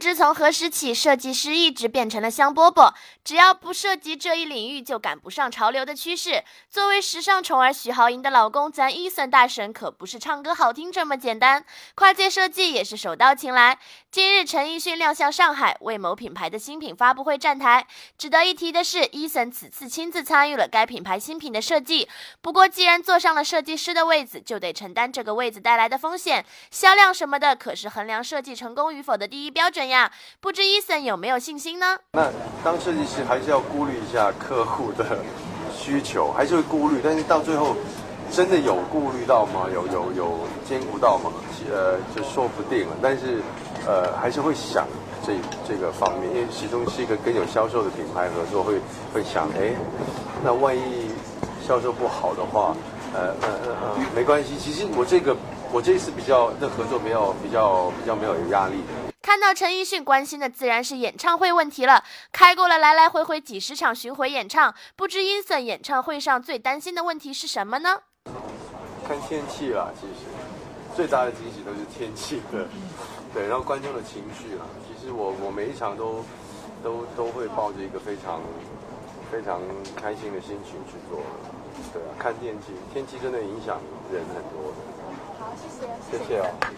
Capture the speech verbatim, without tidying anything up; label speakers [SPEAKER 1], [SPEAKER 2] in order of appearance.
[SPEAKER 1] 知从何时起，设计师一直变成了香饽饽，只要不涉及这一领域，就赶不上潮流的趋势。作为时尚宠儿许豪莹的老公，咱伊森大神可不是唱歌好听这么简单，跨界设计也是手到擒来。近日，陈奕迅亮相上海，为某品牌的新品发布会站台。值得一提的是，伊森此次亲自参与了该品牌新品的设计。不过，既然坐上了设计师的位子，就得承担这个位子带来的风险，销量什么的可是衡量设计成功与否的第一标准呀。不知伊森有没有信心呢？
[SPEAKER 2] 那当设计师还是要顾虑一下客户的需求，还是会顾虑，但是到最后真的有顾虑到吗？有有有兼顾到吗？呃，就说不定了。但是呃，还是会想这这个方面，因为始终是一个跟有销售的品牌合作，会会想，哎，那万一销售不好的话，呃呃呃呃，没关系。其实我这个我这次比较的合作没有比较比较没有有压力的。
[SPEAKER 1] 看到陈奕迅关心的自然是演唱会问题了，开过了来来回回几十场巡回演唱，不知伊森演唱会上最担心的问题是什么呢？
[SPEAKER 2] 看天气啦，其实最大的惊喜都是天气的，对，然后观众的情绪啦。其实我我每一场都都都会抱着一个非常非常开心的心情去做的，对啊，看天气，天气真的影响人很多的。
[SPEAKER 3] 好，谢谢，
[SPEAKER 2] 谢谢哦。